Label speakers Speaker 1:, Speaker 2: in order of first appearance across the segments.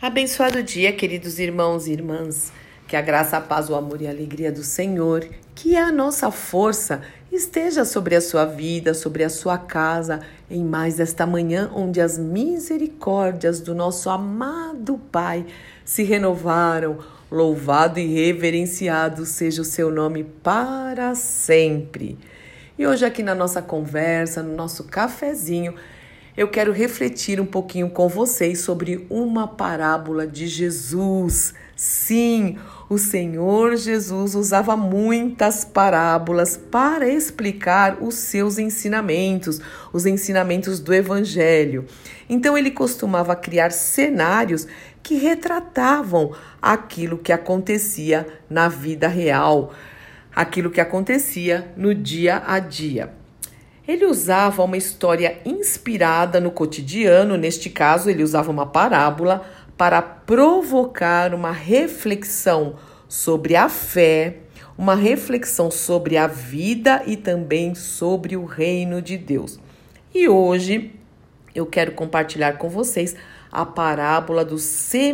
Speaker 1: Abençoado dia, queridos irmãos e irmãs. Que a graça, a paz, o amor e a alegria do Senhor, que é a nossa força, esteja sobre a sua vida, sobre a sua casa, em mais esta manhã, onde as misericórdias do nosso amado Pai se renovaram. Louvado e reverenciado seja o seu nome para sempre. E hoje aqui na nossa conversa, no nosso cafezinho, eu quero refletir um pouquinho com vocês sobre uma parábola de Jesus. Sim, o Senhor Jesus usava muitas parábolas para explicar os seus ensinamentos, os ensinamentos do Evangelho. Então ele costumava criar cenários que retratavam aquilo que acontecia na vida real, aquilo que acontecia no dia a dia. Ele usava uma história inspirada no cotidiano, neste caso ele usava uma parábola para provocar uma reflexão sobre a fé, uma reflexão sobre a vida e também sobre o reino de Deus. E hoje eu quero compartilhar com vocês a parábola do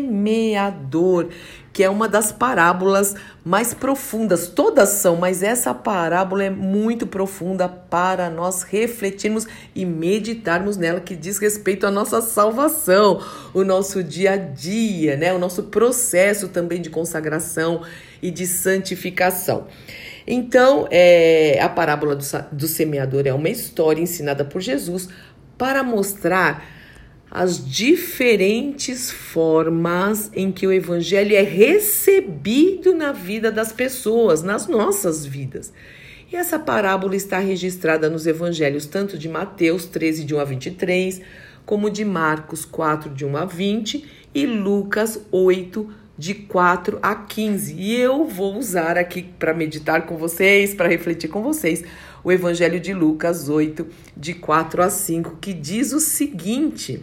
Speaker 1: semeador, que é uma das parábolas mais profundas. Todas são, mas essa parábola é muito profunda para nós refletirmos e meditarmos nela, que diz respeito à nossa salvação, o nosso dia a dia, né? O nosso processo também de consagração e de santificação. Então, a parábola do semeador é uma história ensinada por Jesus para mostrar as diferentes formas em que o Evangelho é recebido na vida das pessoas, nas nossas vidas. E essa parábola está registrada nos Evangelhos, tanto de Mateus 13, de 1 a 23, como de Marcos 4, de 1 a 20 e Lucas 8, de 4 a 15. E eu vou usar aqui para meditar com vocês, para refletir com vocês, o Evangelho de Lucas 8, de 4 a 5, que diz o seguinte: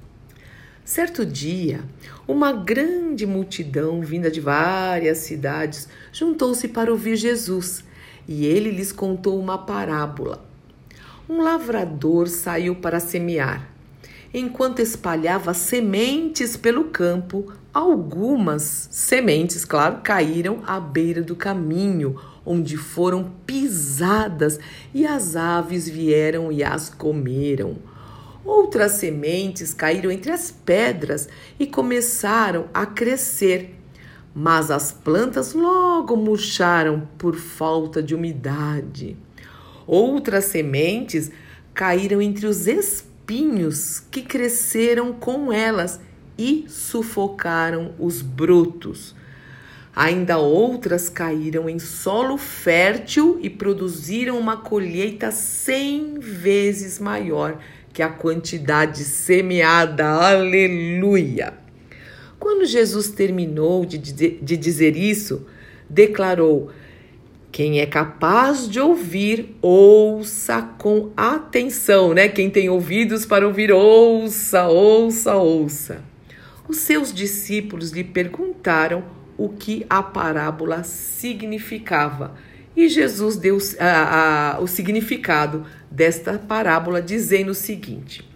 Speaker 1: certo dia, uma grande multidão vinda de várias cidades juntou-se para ouvir Jesus, e ele lhes contou uma parábola. Um lavrador saiu para semear. Enquanto espalhava sementes pelo campo, algumas sementes, claro, caíram à beira do caminho, onde foram pisadas, e as aves vieram e as comeram. Outras sementes caíram entre as pedras e começaram a crescer, mas as plantas logo murcharam por falta de umidade. Outras sementes caíram entre os espinhos que cresceram com elas e sufocaram os brotos. Ainda outras caíram em solo fértil e produziram uma colheita 100 vezes maior que a quantidade semeada. Aleluia! Quando Jesus terminou de dizer isso, declarou: quem é capaz de ouvir, ouça com atenção, né? Quem tem ouvidos para ouvir, ouça, ouça, ouça. Os seus discípulos lhe perguntaram o que a parábola significava. E Jesus deu o significado desta parábola, dizendo o seguinte: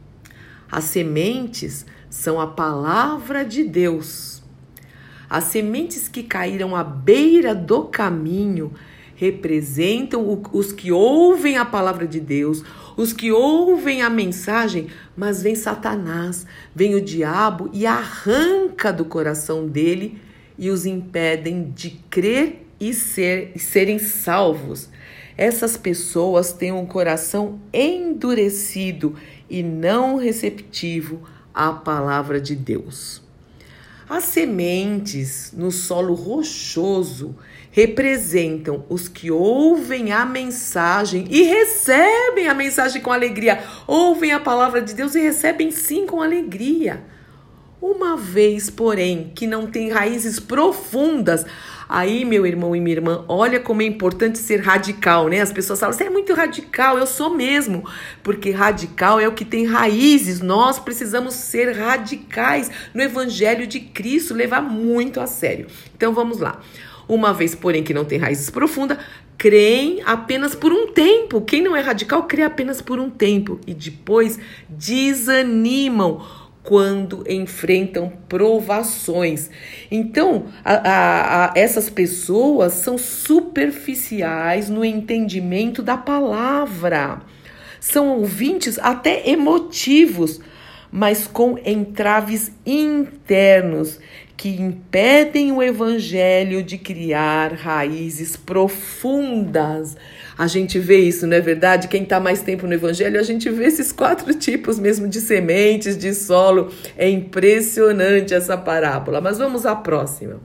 Speaker 1: as sementes são a palavra de Deus. As sementes que caíram à beira do caminho representam os que ouvem a palavra de Deus, os que ouvem a mensagem, mas vem Satanás, vem o diabo e arranca do coração dele e os impedem de crer e serem salvos. Essas pessoas têm um coração endurecido e não receptivo à palavra de Deus. As sementes no solo rochoso representam os que ouvem a mensagem e recebem a mensagem com alegria. Ouvem a palavra de Deus e recebem sim com alegria. Uma vez, porém, que não tem raízes profundas, aí, meu irmão e minha irmã, olha como é importante ser radical, né? As pessoas falam, você é muito radical, eu sou mesmo, porque radical é o que tem raízes. Nós precisamos ser radicais no Evangelho de Cristo, levar muito a sério. Então, vamos lá. Uma vez, porém, que não tem raízes profundas, creem apenas por um tempo. Quem não é radical, crê apenas por um tempo e depois desanimam quando enfrentam provações. Então, essas pessoas são superficiais no entendimento da palavra. São ouvintes até emotivos, mas com entraves internos que impedem o evangelho de criar raízes profundas. A gente vê isso, não é verdade? Quem está mais tempo no evangelho, a gente vê esses 4 tipos mesmo de sementes, de solo. É impressionante essa parábola. Mas vamos à próxima.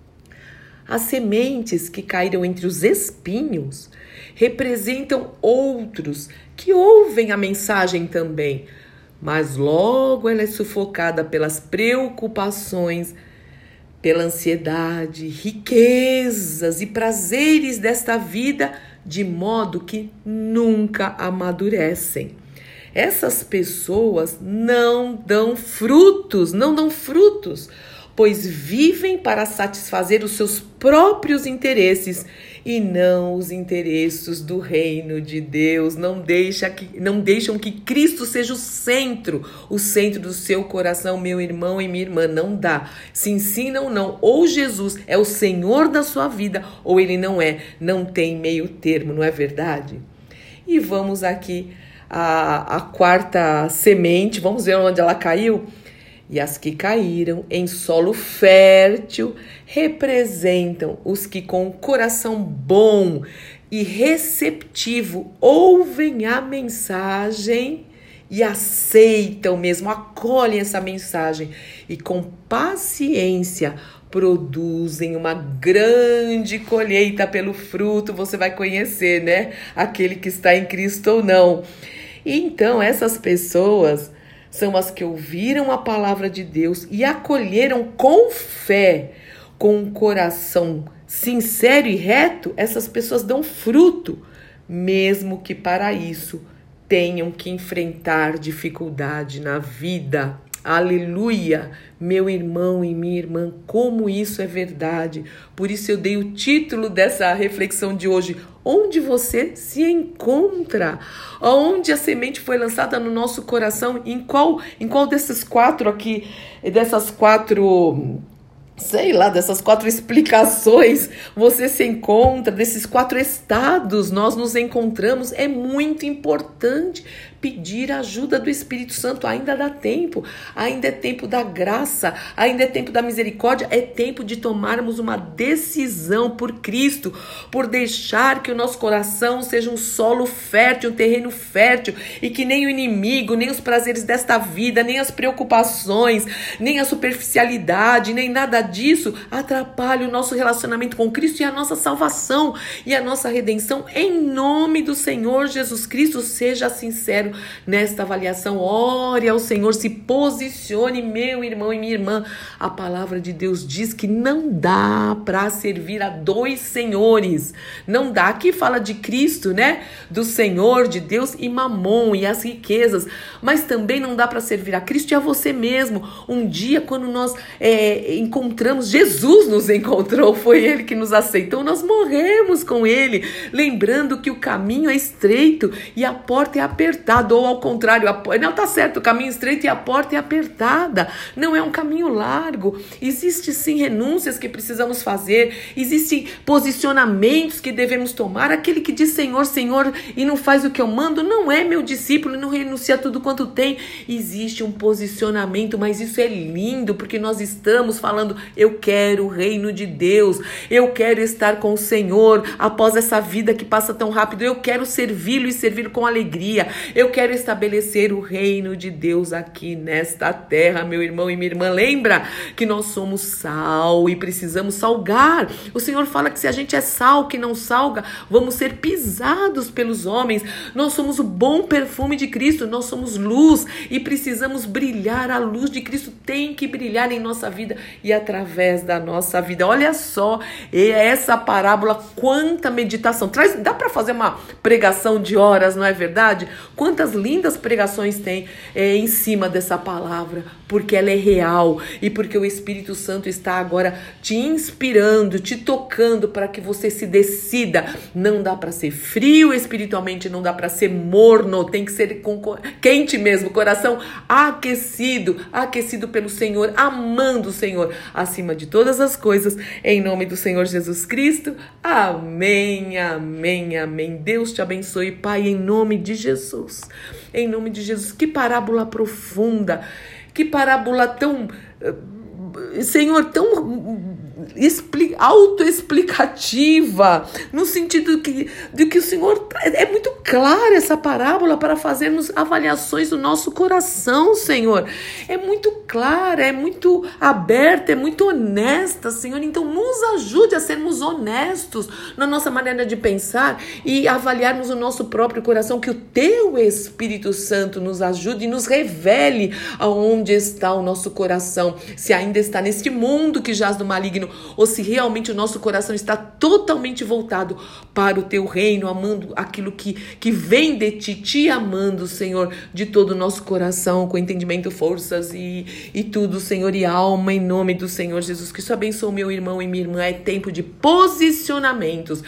Speaker 1: As sementes que caíram entre os espinhos representam outros que ouvem a mensagem também, mas logo ela é sufocada pelas preocupações, pela ansiedade, riquezas e prazeres desta vida, de modo que nunca amadurecem. Essas pessoas não dão frutos, pois vivem para satisfazer os seus próprios interesses e não os interesses do reino de Deus. Não deixam que Cristo seja o centro do seu coração, meu irmão e minha irmã. Não dá. Se ensina ou não, ou Jesus é o Senhor da sua vida, ou ele não é. Não tem meio termo, não é verdade? E vamos aqui a 4ª semente, vamos ver onde ela caiu. E as que caíram em solo fértil representam os que com o coração bom e receptivo ouvem a mensagem e aceitam mesmo, acolhem essa mensagem e com paciência produzem uma grande colheita pelo fruto. Você vai conhecer, né? Aquele que está em Cristo ou não. E então essas pessoas são as que ouviram a palavra de Deus e acolheram com fé, com um coração sincero e reto. Essas pessoas dão fruto, mesmo que para isso tenham que enfrentar dificuldade na vida. Aleluia! Meu irmão e minha irmã, como isso é verdade. Por isso eu dei o título dessa reflexão de hoje: onde você se encontra? Onde a semente foi lançada no nosso coração? Em qual desses 4 aqui, dessas 4 explicações você se encontra, desses 4 estados nós nos encontramos? É muito importante pedir a ajuda do Espírito Santo. Ainda dá tempo, ainda é tempo da graça, ainda é tempo da misericórdia, é tempo de tomarmos uma decisão por Cristo, por deixar que o nosso coração seja um solo fértil, um terreno fértil, e que nem o inimigo, nem os prazeres desta vida, nem as preocupações, nem a superficialidade, nem nada disso atrapalhe o nosso relacionamento com Cristo e a nossa salvação e a nossa redenção. Em nome do Senhor Jesus Cristo, seja sincero nesta avaliação, ore ao Senhor, se posicione, meu irmão e minha irmã. A palavra de Deus diz que não dá para servir a 2 senhores, não dá. Aqui fala de Cristo, né? Do Senhor, de Deus e Mamon e as riquezas, mas também não dá para servir a Cristo e a você mesmo. Um dia, quando nós encontramos, Jesus nos encontrou, foi Ele que nos aceitou, nós morremos com Ele, lembrando que o caminho é estreito e a porta é apertada. Ou ao contrário, não tá certo, o caminho estreito e a porta é apertada, não é um caminho largo. Existe sim renúncias que precisamos fazer, existem posicionamentos que devemos tomar. Aquele que diz Senhor, Senhor e não faz o que eu mando, não é meu discípulo e não renuncia a tudo quanto tem. Existe um posicionamento, mas isso é lindo, porque nós estamos falando: eu quero o reino de Deus, eu quero estar com o Senhor após essa vida que passa tão rápido, eu quero servi-lo e servi-lo com alegria, eu quero estabelecer o reino de Deus aqui nesta terra, meu irmão e minha irmã. Lembra que nós somos sal e precisamos salgar. O Senhor fala que se a gente é sal que não salga, vamos ser pisados pelos homens. Nós somos o bom perfume de Cristo, nós somos luz e precisamos brilhar. A luz de Cristo tem que brilhar em nossa vida e através através da nossa vida. Olha só, essa parábola, quanta meditação. Dá para fazer uma pregação de horas, não é verdade? Quantas lindas pregações tem em cima dessa palavra, porque ela é real e porque o Espírito Santo está agora te inspirando, te tocando para que você se decida. Não dá para ser frio espiritualmente, não dá para ser morno, tem que ser quente mesmo, coração aquecido pelo Senhor, amando o Senhor acima de todas as coisas, em nome do Senhor Jesus Cristo. Amém, amém, amém. Deus te abençoe, Pai, em nome de Jesus. Em nome de Jesus. Que parábola profunda, que parábola tão, Senhor, tão autoexplicativa, no sentido de que o Senhor é muito clara essa parábola para fazermos avaliações do nosso coração, Senhor. É muito clara, é muito aberta, é muito honesta, Senhor. Então nos ajude a sermos honestos na nossa maneira de pensar e avaliarmos o nosso próprio coração, que o Teu Espírito Santo nos ajude e nos revele aonde está o nosso coração, se ainda está neste mundo que jaz do maligno, ou se realmente o nosso coração está totalmente voltado para o Teu reino, amando aquilo que vem de Ti, Te amando, Senhor, de todo o nosso coração, com entendimento, forças e tudo, Senhor, e alma, em nome do Senhor Jesus Cristo. Abençoa meu irmão e minha irmã. É tempo de posicionamentos,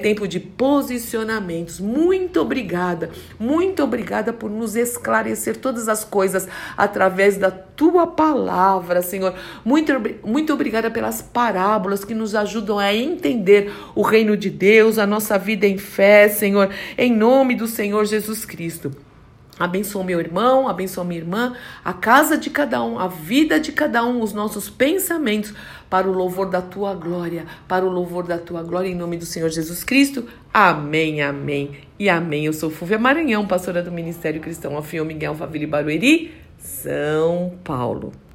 Speaker 1: Muito obrigada por nos esclarecer todas as coisas através da Tua palavra, Senhor. Muito obrigada pelas parábolas que nos ajudam a entender o reino de Deus, a nossa vida em fé, Senhor, em nome do Senhor Jesus Cristo. Abençoa meu irmão, abençoa minha irmã, a casa de cada um, a vida de cada um, os nossos pensamentos, para o louvor da Tua glória, em nome do Senhor Jesus Cristo. Amém, amém e amém. Eu sou Fúvia Maranhão, pastora do Ministério Cristão Alfio Miguel Faville Barueri, São Paulo.